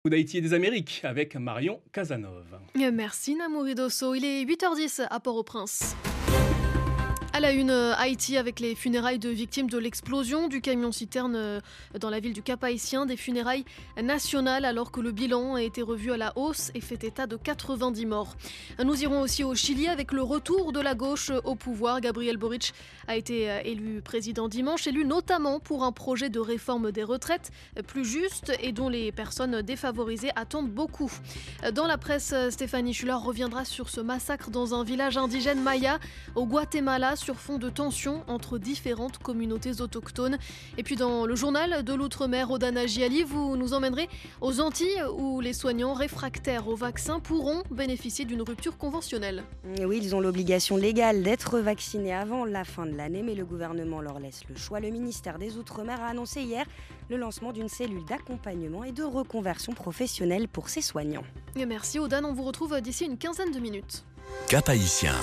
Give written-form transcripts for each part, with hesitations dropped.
D'Haïti et des Amériques avec Marion Casanova. Merci Namouri Dosso, il est 8h10 à Port-au-Prince. À la une, Haïti avec les funérailles de victimes de l'explosion du camion-citerne dans la ville du Cap-Haïtien, des funérailles nationales alors que le bilan a été revu à la hausse et fait état de 90 morts. Nous irons aussi au Chili avec le retour de la gauche au pouvoir. Gabriel Boric a été élu président dimanche, élu notamment pour un projet de réforme des retraites plus juste et dont les personnes défavorisées attendent beaucoup. Dans la presse, Stéphanie Schuller reviendra sur ce massacre dans un village indigène maya au Guatemala sur fond de tensions entre différentes communautés autochtones. Et puis dans le journal de l'Outre-mer, Odana Giali, vous nous emmènerez aux Antilles où les soignants réfractaires au vaccin pourront bénéficier d'une rupture conventionnelle. Oui, ils ont l'obligation légale d'être vaccinés avant la fin de l'année, mais le gouvernement leur laisse le choix. Le ministère des Outre-mer a annoncé hier le lancement d'une cellule d'accompagnement et de reconversion professionnelle pour ces soignants. Et merci Odane, on vous retrouve d'ici une quinzaine de minutes. Cap-Haïtien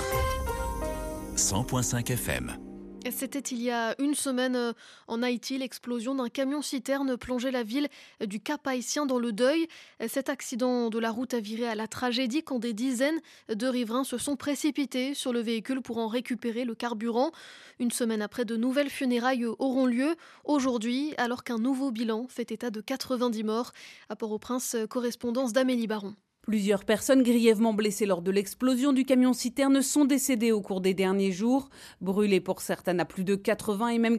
100.5 FM. C'était il y a une semaine en Haïti, l'explosion d'un camion-citerne plongeait la ville du Cap-Haïtien dans le deuil. Cet accident de la route a viré à la tragédie quand des dizaines de riverains se sont précipités sur le véhicule pour en récupérer le carburant. Une semaine après, de nouvelles funérailles auront lieu aujourd'hui, alors qu'un nouveau bilan fait état de 90 morts. À Port-au-Prince, correspondance d'Amélie Baron. Plusieurs personnes grièvement blessées lors de l'explosion du camion-citerne sont décédées au cours des derniers jours. Brûlées pour certaines à plus de 80 et même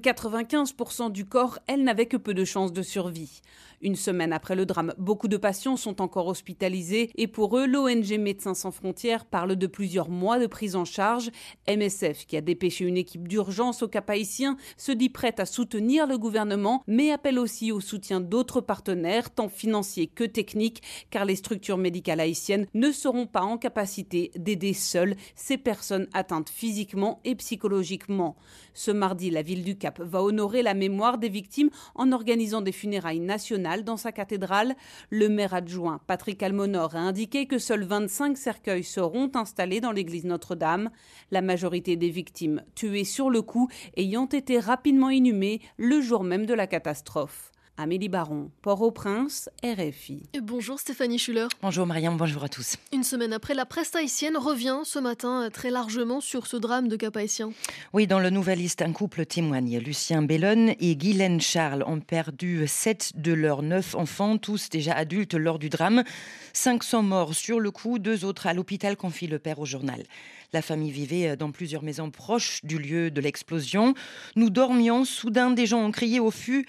95% du corps, elles n'avaient que peu de chances de survie. Une semaine après le drame, beaucoup de patients sont encore hospitalisés et pour eux, l'ONG Médecins sans frontières parle de plusieurs mois de prise en charge. MSF, qui a dépêché une équipe d'urgence au Cap-Haïtien, se dit prête à soutenir le gouvernement, mais appelle aussi au soutien d'autres partenaires, tant financiers que techniques, car les structures médicales haïtiennes ne seront pas en capacité d'aider seules ces personnes atteintes physiquement et psychologiquement. Ce mardi, la ville du Cap va honorer la mémoire des victimes en organisant des funérailles nationales dans sa cathédrale. Le maire adjoint, Patrick Almonor, a indiqué que seuls 25 cercueils seront installés dans l'église Notre-Dame. La majorité des victimes tuées sur le coup ayant été rapidement inhumées le jour même de la catastrophe. Amélie Baron, Port-au-Prince, RFI. Et bonjour Stéphanie Schuller. Bonjour Mariam, bonjour à tous. Une semaine après, la presse haïtienne revient ce matin très largement sur ce drame de Cap-Haïtien. Oui, dans le Nouvelliste, un couple témoigne. Lucien Bellone et Guylaine Charles ont perdu 7 de leurs 9 enfants, tous déjà adultes lors du drame. 5 sont morts sur le coup, 2 autres à l'hôpital, confie le père au journal. La famille vivait dans plusieurs maisons proches du lieu de l'explosion. Nous dormions, soudain des gens ont crié au feu.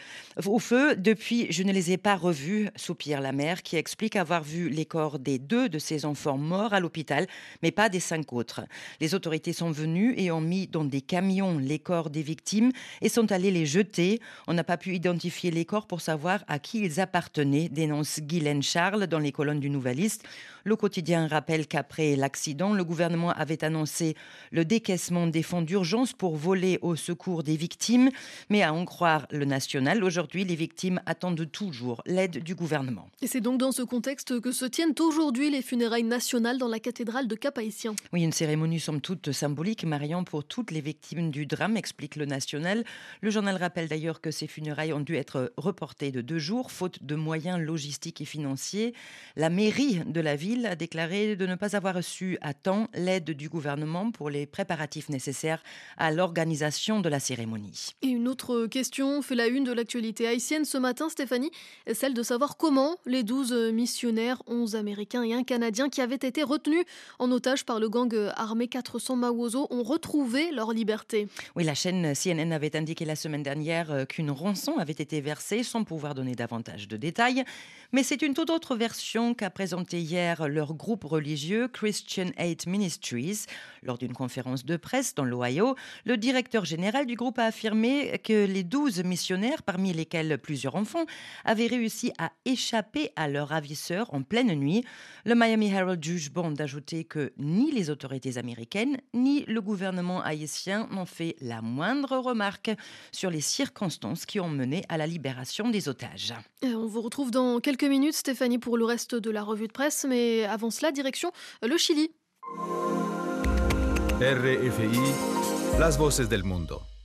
Depuis, je ne les ai pas revus, soupire la mère, qui explique avoir vu les corps des 2 de ses enfants morts à l'hôpital, mais pas des 5 autres. Les autorités sont venues et ont mis dans des camions les corps des victimes et sont allés les jeter. On n'a pas pu identifier les corps pour savoir à qui ils appartenaient, dénonce Guylaine Charles dans les colonnes du Nouvelliste. Le quotidien rappelle qu'après l'accident, le gouvernement avait annoncé le décaissement des fonds d'urgence pour voler au secours des victimes. Mais à en croire le National, aujourd'hui, les victimes attendent toujours l'aide du gouvernement. Et c'est donc dans ce contexte que se tiennent aujourd'hui les funérailles nationales dans la cathédrale de Cap-Haïtien. Oui, une cérémonie somme toute symbolique, Marion, pour toutes les victimes du drame, explique le National. Le journal rappelle d'ailleurs que ces funérailles ont dû être reportées de 2 jours, faute de moyens logistiques et financiers. La mairie de la ville a déclaré de ne pas avoir reçu à temps l'aide du gouvernement pour les préparatifs nécessaires à l'organisation de la cérémonie. Et une autre question fait la une de l'actualité haïtienne ce matin, Stéphanie, celle de savoir comment les 12 missionnaires, 11 Américains et 1 Canadien qui avaient été retenus en otage par le gang armé 400 Mawozo ont retrouvé leur liberté. Oui, la chaîne CNN avait indiqué la semaine dernière qu'une rançon avait été versée sans pouvoir donner davantage de détails. Mais c'est une toute autre version qu'a présentée hier leur groupe religieux Christian Aid Ministries. Lors d'une conférence de presse dans l'Ohio, le directeur général du groupe a affirmé que les 12 missionnaires, parmi lesquels plusieurs enfants, avaient réussi à échapper à leurs ravisseurs en pleine nuit. Le Miami Herald juge bon d'ajouter que ni les autorités américaines ni le gouvernement haïtien n'ont fait la moindre remarque sur les circonstances qui ont mené à la libération des otages. On vous retrouve dans quelques minutes, Stéphanie, pour le reste de la revue de presse, mais avant cela, direction le Chili. RFI, las voces del mundo.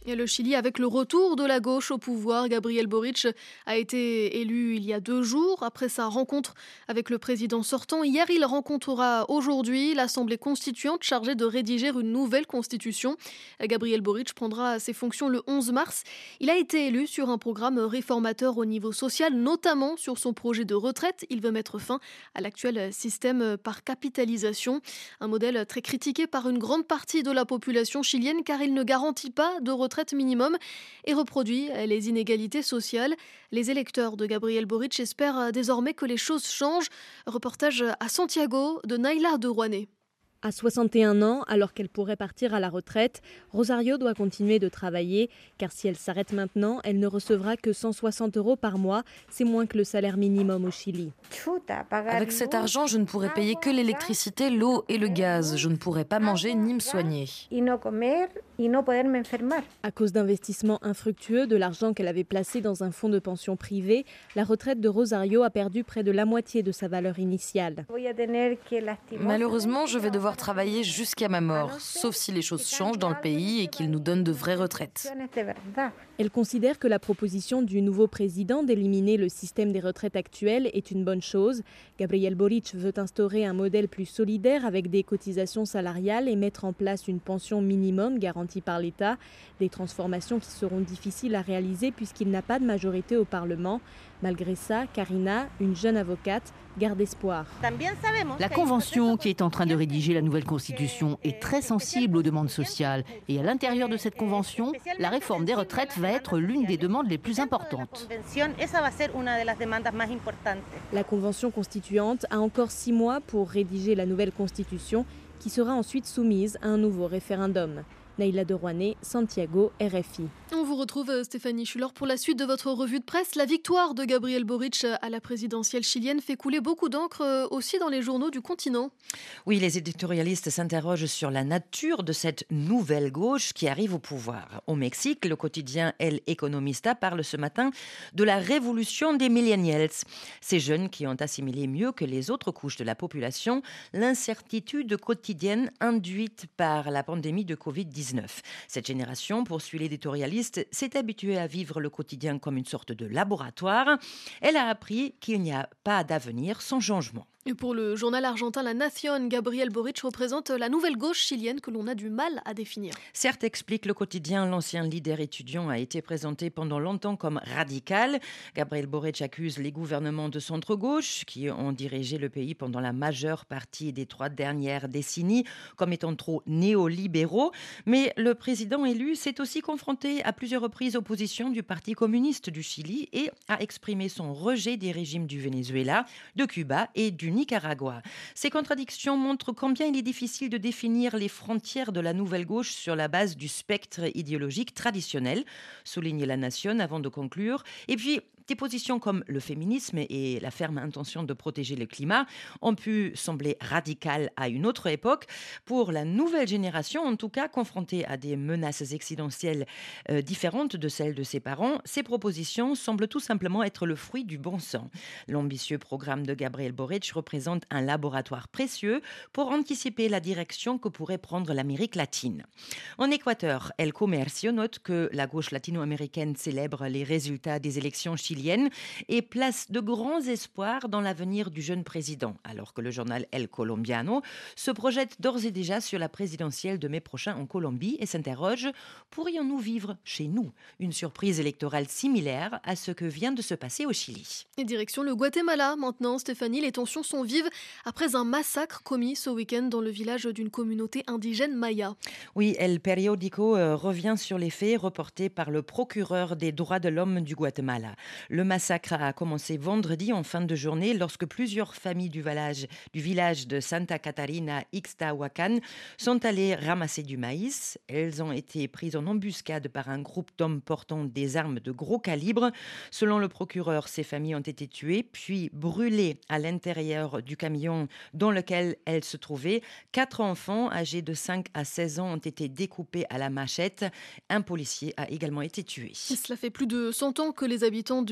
Et le Chili, avec le retour de la gauche au pouvoir, Gabriel Boric a été élu il y a 2 jours après sa rencontre avec le président sortant. Hier, il rencontrera aujourd'hui l'Assemblée constituante chargée de rédiger une nouvelle constitution. Gabriel Boric prendra ses fonctions le 11 mars. Il a été élu sur un programme réformateur au niveau social, notamment sur son projet de retraite. Il veut mettre fin à l'actuel système par capitalisation. Un modèle très critiqué par une grande partie de la population chilienne car il ne garantit pas de retraite minimum et reproduit les inégalités sociales. Les électeurs de Gabriel Boric espèrent désormais que les choses changent. Reportage à Santiago de Naila de Rouanet. À 61 ans, alors qu'elle pourrait partir à la retraite, Rosario doit continuer de travailler, car si elle s'arrête maintenant, elle ne recevra que 160 € par mois, c'est moins que le salaire minimum au Chili. Avec cet argent, je ne pourrais payer que l'électricité, l'eau et le gaz. Je ne pourrais pas manger ni me soigner. À cause d'investissements infructueux, de l'argent qu'elle avait placé dans un fonds de pension privé, la retraite de Rosario a perdu près de la moitié de sa valeur initiale. Malheureusement, je vais devoir travailler jusqu'à ma mort, sauf si les choses changent dans le pays et qu'ils nous donnent de vraies retraites. Elle considère que la proposition du nouveau président d'éliminer le système des retraites actuel est une bonne chose. Gabriel Boric veut instaurer un modèle plus solidaire avec des cotisations salariales et mettre en place une pension minimum garantie par l'État. Des transformations qui seront difficiles à réaliser puisqu'il n'a pas de majorité au Parlement. Malgré ça, Karina, une jeune avocate, garde espoir. La Convention qui est en train de rédiger la nouvelle Constitution est très sensible aux demandes sociales. Et à l'intérieur de cette Convention, la réforme des retraites va être l'une des demandes les plus importantes. La Convention constituante a encore 6 mois pour rédiger la nouvelle Constitution qui sera ensuite soumise à un nouveau référendum. Naila de Rouanet, Santiago, RFI. On vous retrouve Stéphanie Schuller pour la suite de votre revue de presse. La victoire de Gabriel Boric à la présidentielle chilienne fait couler beaucoup d'encre aussi dans les journaux du continent. Oui, les éditorialistes s'interrogent sur la nature de cette nouvelle gauche qui arrive au pouvoir. Au Mexique, le quotidien El Economista parle ce matin de la révolution des millennials. Ces jeunes qui ont assimilé mieux que les autres couches de la population l'incertitude quotidienne induite par la pandémie de Covid-19. Cette génération, poursuit l'éditorialiste, s'est habituée à vivre le quotidien comme une sorte de laboratoire. Elle a appris qu'il n'y a pas d'avenir sans changement. Et pour le journal argentin La Nación, Gabriel Boric représente la nouvelle gauche chilienne que l'on a du mal à définir. Certes, explique le quotidien, l'ancien leader étudiant a été présenté pendant longtemps comme radical. Gabriel Boric accuse les gouvernements de centre-gauche qui ont dirigé le pays pendant la majeure partie des 3 dernières décennies comme étant trop néolibéraux. Mais le président élu s'est aussi confronté à plusieurs reprises aux positions du Parti communiste du Chili et a exprimé son rejet des régimes du Venezuela, de Cuba et du Nicaragua. Ces contradictions montrent combien il est difficile de définir les frontières de la nouvelle gauche sur la base du spectre idéologique traditionnel, souligne La Nación avant de conclure. Et puis, des positions comme le féminisme et la ferme intention de protéger le climat ont pu sembler radicales à une autre époque. Pour la nouvelle génération, en tout cas, confrontée à des menaces existentielles différentes de celles de ses parents, ces propositions semblent tout simplement être le fruit du bon sens. L'ambitieux programme de Gabriel Boric représente un laboratoire précieux pour anticiper la direction que pourrait prendre l'Amérique latine. En Équateur, El Comercio note que la gauche latino-américaine célèbre les résultats des élections chiliennes et place de grands espoirs dans l'avenir du jeune président, alors que le journal El Colombiano se projette d'ores et déjà sur la présidentielle de mai prochain en Colombie et s'interroge « Pourrions-nous vivre chez nous une surprise électorale similaire à ce que vient de se passer au Chili ?» Et direction le Guatemala maintenant, Stéphanie, les tensions sont vives après un massacre commis ce week-end dans le village d'une communauté indigène maya. Oui, El Periódico revient sur les faits reportés par le procureur des droits de l'homme du Guatemala. Le massacre a commencé vendredi en fin de journée lorsque plusieurs familles du village de Santa Catarina Ixtahuacan sont allées ramasser du maïs. Elles ont été prises en embuscade par un groupe d'hommes portant des armes de gros calibre. Selon le procureur, ces familles ont été tuées puis brûlées à l'intérieur du camion dans lequel elles se trouvaient. 4 enfants âgés de 5 à 16 ans ont été découpés à la machette. Un policier a également été tué. Cela fait plus de 100 ans que les habitants du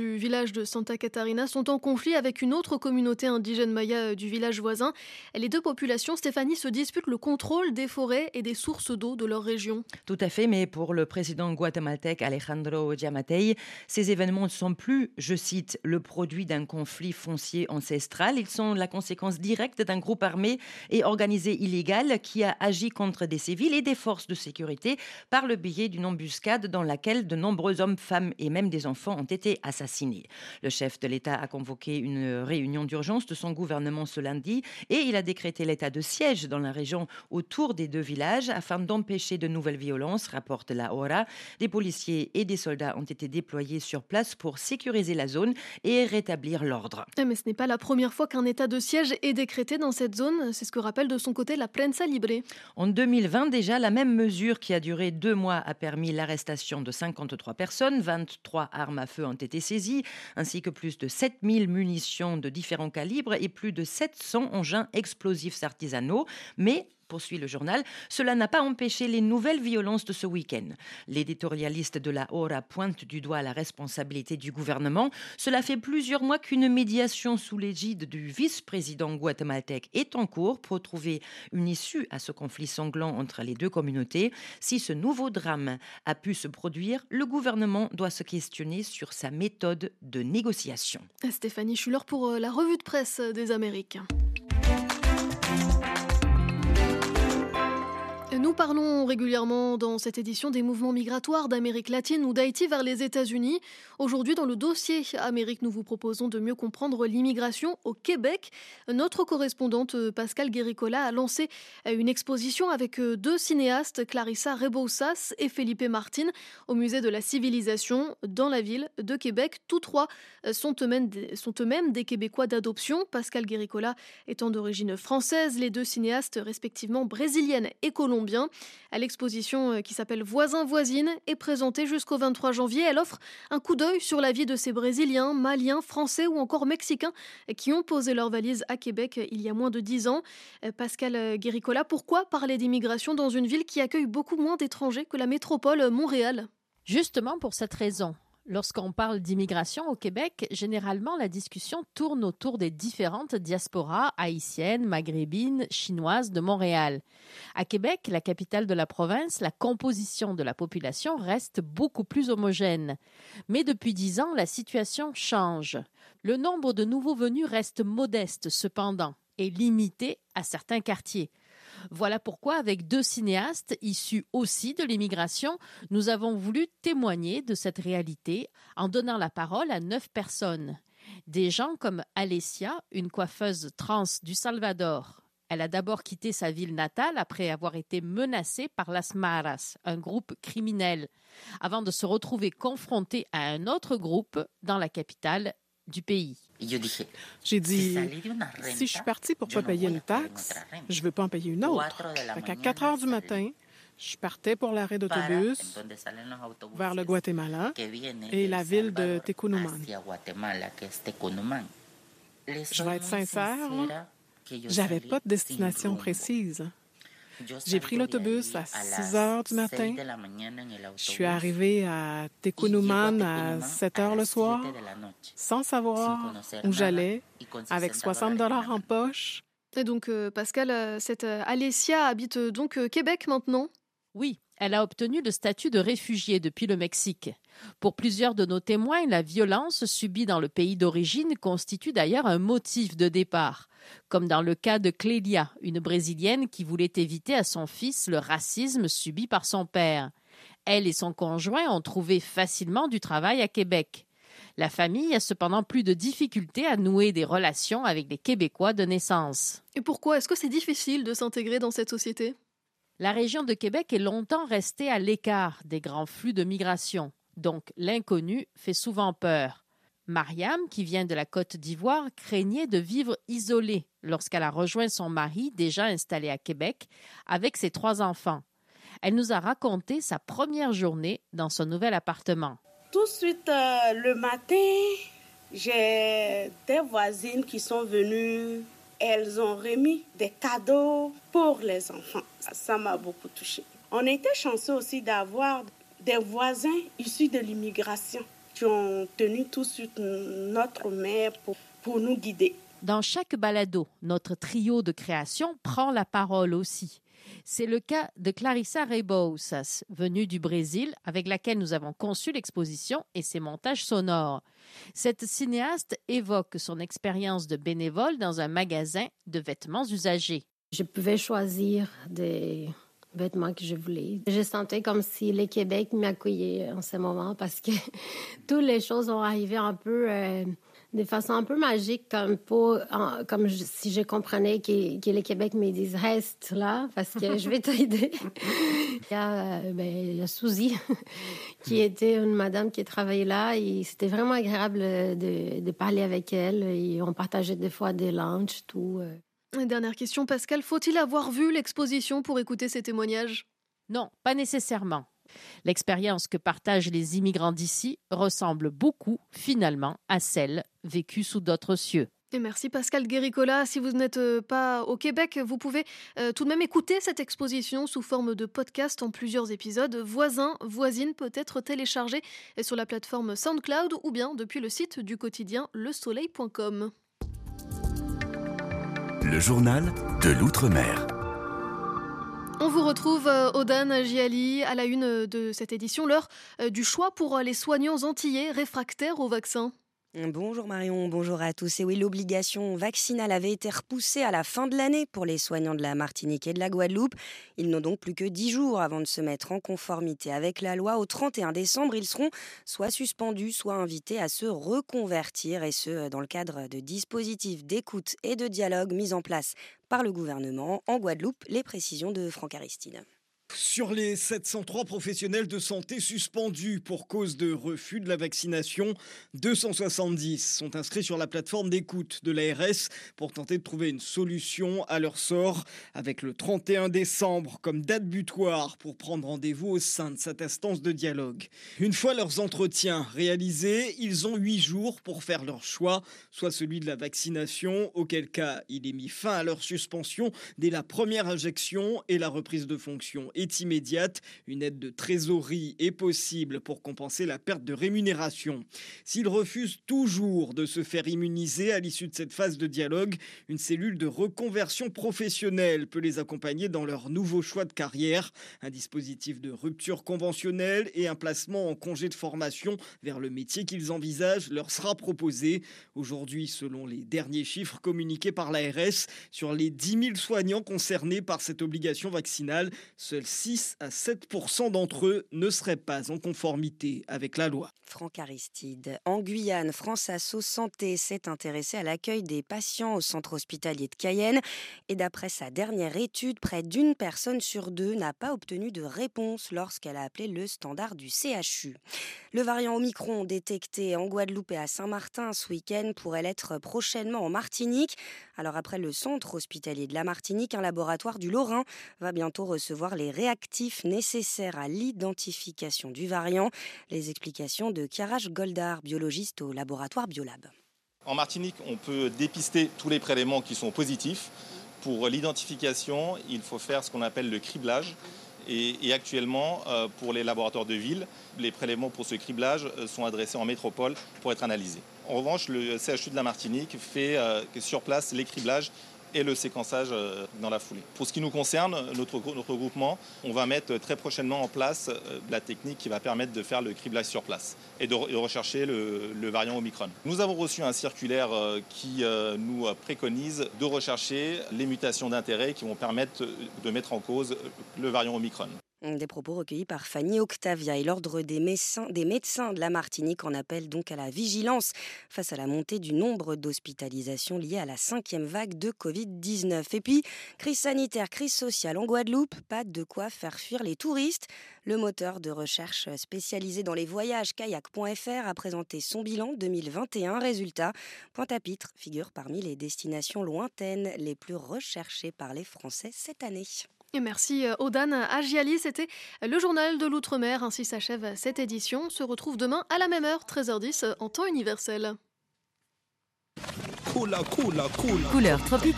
du village de Santa Catarina sont en conflit avec une autre communauté indigène maya du village voisin. Les deux populations, Stéphanie, se disputent le contrôle des forêts et des sources d'eau de leur région. Tout à fait, mais pour le président guatémaltèque Alejandro Giammattei, ces événements ne sont plus, je cite, le produit d'un conflit foncier ancestral. Ils sont la conséquence directe d'un groupe armé et organisé illégal qui a agi contre des civils et des forces de sécurité par le biais d'une embuscade dans laquelle de nombreux hommes, femmes et même des enfants ont été assassinés. Le chef de l'État a convoqué une réunion d'urgence de son gouvernement ce lundi et il a décrété l'état de siège dans la région autour des deux villages afin d'empêcher de nouvelles violences, rapporte la Hora. Des policiers et des soldats ont été déployés sur place pour sécuriser la zone et rétablir l'ordre. Mais ce n'est pas la première fois qu'un état de siège est décrété dans cette zone. C'est ce que rappelle de son côté la Prensa Libre. En 2020, déjà, la même mesure qui a duré 2 mois a permis l'arrestation de 53 personnes. 23 armes à feu ont été saisies, ainsi que plus de 7000 munitions de différents calibres et plus de 700 engins explosifs artisanaux. Mais poursuit le journal, cela n'a pas empêché les nouvelles violences de ce week-end. L'éditorialiste de la Hora pointe du doigt la responsabilité du gouvernement. Cela fait plusieurs mois qu'une médiation sous l'égide du vice-président guatémaltèque est en cours pour trouver une issue à ce conflit sanglant entre les deux communautés. Si ce nouveau drame a pu se produire, le gouvernement doit se questionner sur sa méthode de négociation. Stéphanie Schuller pour la revue de presse des Amériques. Nous parlons régulièrement dans cette édition des mouvements migratoires d'Amérique latine ou d'Haïti vers les États-Unis. Aujourd'hui, dans le dossier Amérique, nous vous proposons de mieux comprendre l'immigration au Québec. Notre correspondante Pascale Guéricola a lancé une exposition avec 2 cinéastes, Clarissa Rebousas et Felipe Martin, au musée de la civilisation dans la ville de Québec. Tous 3 sont eux-mêmes des Québécois d'adoption. Pascale Guéricola étant d'origine française, les 2 cinéastes respectivement brésilienne et colombienne. À l'exposition qui s'appelle Voisins-Voisines est présentée jusqu'au 23 janvier. Elle offre un coup d'œil sur la vie de ces Brésiliens, Maliens, Français ou encore Mexicains qui ont posé leurs valises à Québec il y a moins de 10 ans. Pascale Guéricola, pourquoi parler d'immigration dans une ville qui accueille beaucoup moins d'étrangers que la métropole Montréal ? Justement pour cette raison. Lorsqu'on parle d'immigration au Québec, généralement la discussion tourne autour des différentes diasporas haïtiennes, maghrébines, chinoises de Montréal. À Québec, la capitale de la province, la composition de la population reste beaucoup plus homogène. Mais depuis 10 ans, la situation change. Le nombre de nouveaux venus reste modeste cependant et limité à certains quartiers. Voilà pourquoi, avec 2 cinéastes issus aussi de l'immigration, nous avons voulu témoigner de cette réalité en donnant la parole à 9 personnes. Des gens comme Alessia, une coiffeuse trans du Salvador. Elle a d'abord quitté sa ville natale après avoir été menacée par Las Maras, un groupe criminel, avant de se retrouver confrontée à un autre groupe dans la capitale du pays. J'ai dit, si je suis partie pour ne pas payer une taxe, je ne veux pas en payer une autre. À 4 heures du matin, je partais pour l'arrêt d'autobus vers le Guatemala et la ville de Tecunumán. Je vais être sincère, j'avais pas de destination précise. J'ai pris l'autobus à 6 heures du matin. Je suis arrivée à Tecunumán à 7 heures le soir, sans savoir où j'allais, avec 60 $ en poche. Et donc, Pascal, cette Alessia habite donc Québec maintenant ? Oui, elle a obtenu le statut de réfugiée depuis le Mexique. Pour plusieurs de nos témoins, la violence subie dans le pays d'origine constitue d'ailleurs un motif de départ, comme dans le cas de Clélia, une Brésilienne qui voulait éviter à son fils le racisme subi par son père. Elle et son conjoint ont trouvé facilement du travail à Québec. La famille a cependant plus de difficultés à nouer des relations avec les Québécois de naissance. Et pourquoi ? Est-ce que c'est difficile de s'intégrer dans cette société ? La région de Québec est longtemps restée à l'écart des grands flux de migration, donc l'inconnu fait souvent peur. Mariam, qui vient de la Côte d'Ivoire, craignait de vivre isolée lorsqu'elle a rejoint son mari, déjà installé à Québec, avec ses 3 enfants. Elle nous a raconté sa première journée dans son nouvel appartement. Tout de suite, le matin, j'ai des voisines qui sont venues. Elles ont remis des cadeaux pour les enfants. Ça m'a beaucoup touchée. On était chanceux aussi d'avoir des voisins issus de l'immigration qui ont tenu tout de suite notre main pour nous guider. Dans chaque balado, notre trio de création prend la parole aussi. C'est le cas de Clarissa Rebouças, venue du Brésil, avec laquelle nous avons conçu l'exposition et ses montages sonores. Cette cinéaste évoque son expérience de bénévole dans un magasin de vêtements usagés. Je pouvais choisir des vêtements que je voulais. Je sentais comme si le Québec m'accueillait en ce moment parce que toutes les choses ont arrivé un peu de façon un peu magique, comme si je comprenais que le Québec me dise « reste là parce que je vais t'aider ». Il y a Suzy qui était une madame qui travaillait là et c'était vraiment agréable de parler avec elle et on partageait des fois des lunchs, tout. Dernière question, Pascal, faut-il avoir vu l'exposition pour écouter ces témoignages ? Non, pas nécessairement. L'expérience que partagent les immigrants d'ici ressemble beaucoup, finalement, à celle vécue sous d'autres cieux. Et merci Pascal Guéricola. Si vous n'êtes pas au Québec, vous pouvez tout de même écouter cette exposition sous forme de podcast en plusieurs épisodes. Voisins, voisines peut être téléchargé sur la plateforme SoundCloud ou bien depuis le site du quotidien lesoleil.com. Le journal de l'Outre-mer. On vous retrouve, Odan Agiali, à la une de cette édition, l'heure du choix pour les soignants antillais réfractaires au vaccin. Bonjour Marion, bonjour à tous. Et oui, l'obligation vaccinale avait été repoussée à la fin de l'année pour les soignants de la Martinique et de la Guadeloupe. Ils n'ont donc plus que 10 jours avant de se mettre en conformité avec la loi. Au 31 décembre, ils seront soit suspendus, soit invités à se reconvertir, et ce, dans le cadre de dispositifs d'écoute et de dialogue mis en place par le gouvernement. En Guadeloupe, les précisions de Franck Aristide. Sur les 703 professionnels de santé suspendus pour cause de refus de la vaccination, 270 sont inscrits sur la plateforme d'écoute de l'ARS pour tenter de trouver une solution à leur sort, avec le 31 décembre comme date butoir pour prendre rendez-vous au sein de cette instance de dialogue. Une fois leurs entretiens réalisés, ils ont 8 jours pour faire leur choix, soit celui de la vaccination, auquel cas il est mis fin à leur suspension dès la première injection, et la reprise de fonction est immédiate. Une aide de trésorerie est possible pour compenser la perte de rémunération. S'ils refusent toujours de se faire immuniser à l'issue de cette phase de dialogue, une cellule de reconversion professionnelle peut les accompagner dans leur nouveau choix de carrière. Un dispositif de rupture conventionnelle et un placement en congé de formation vers le métier qu'ils envisagent leur sera proposé. Aujourd'hui, selon les derniers chiffres communiqués par l'ARS, sur les 10 000 soignants concernés par cette obligation vaccinale, seuls 6 à 7% d'entre eux ne seraient pas en conformité avec la loi. Franck Aristide. En Guyane, France Asso Santé s'est intéressée à l'accueil des patients au centre hospitalier de Cayenne. Et d'après sa dernière étude, près d'une personne sur deux n'a pas obtenu de réponse lorsqu'elle a appelé le standard du CHU. Le variant Omicron détecté en Guadeloupe et à Saint-Martin ce week-end pourrait l'être prochainement en Martinique. Alors après le centre hospitalier de la Martinique, un laboratoire du Lorrain va bientôt recevoir les réactifs nécessaires à l'identification du variant. Les explications de Kiaraj Goldar, biologiste au laboratoire Biolab. En Martinique, on peut dépister tous les prélèvements qui sont positifs. Pour l'identification, il faut faire ce qu'on appelle le criblage. Et actuellement, pour les laboratoires de ville, les prélèvements pour ce criblage sont adressés en métropole pour être analysés. En revanche, le CHU de la Martinique fait sur place les criblages et le séquençage dans la foulée. Pour ce qui nous concerne, notre groupement, on va mettre très prochainement en place la technique qui va permettre de faire le criblage sur place et de rechercher le variant Omicron. Nous avons reçu un circulaire qui nous préconise de rechercher les mutations d'intérêt qui vont permettre de mettre en cause le variant Omicron. Des propos recueillis par Fanny Octavia, et l'Ordre des médecins de la Martinique en appelle donc à la vigilance face à la montée du nombre d'hospitalisations liées à la 5e vague de Covid-19. Et puis, crise sanitaire, crise sociale en Guadeloupe, pas de quoi faire fuir les touristes. Le moteur de recherche spécialisé dans les voyages kayak.fr a présenté son bilan 2021. Résultat, Pointe-à-Pitre figure parmi les destinations lointaines les plus recherchées par les Français cette année. Et merci Odan Agiali, c'était le journal de l'Outre-mer. Ainsi s'achève cette édition. On se retrouve demain à la même heure, 13h10 en temps universel. Couleur tropicale.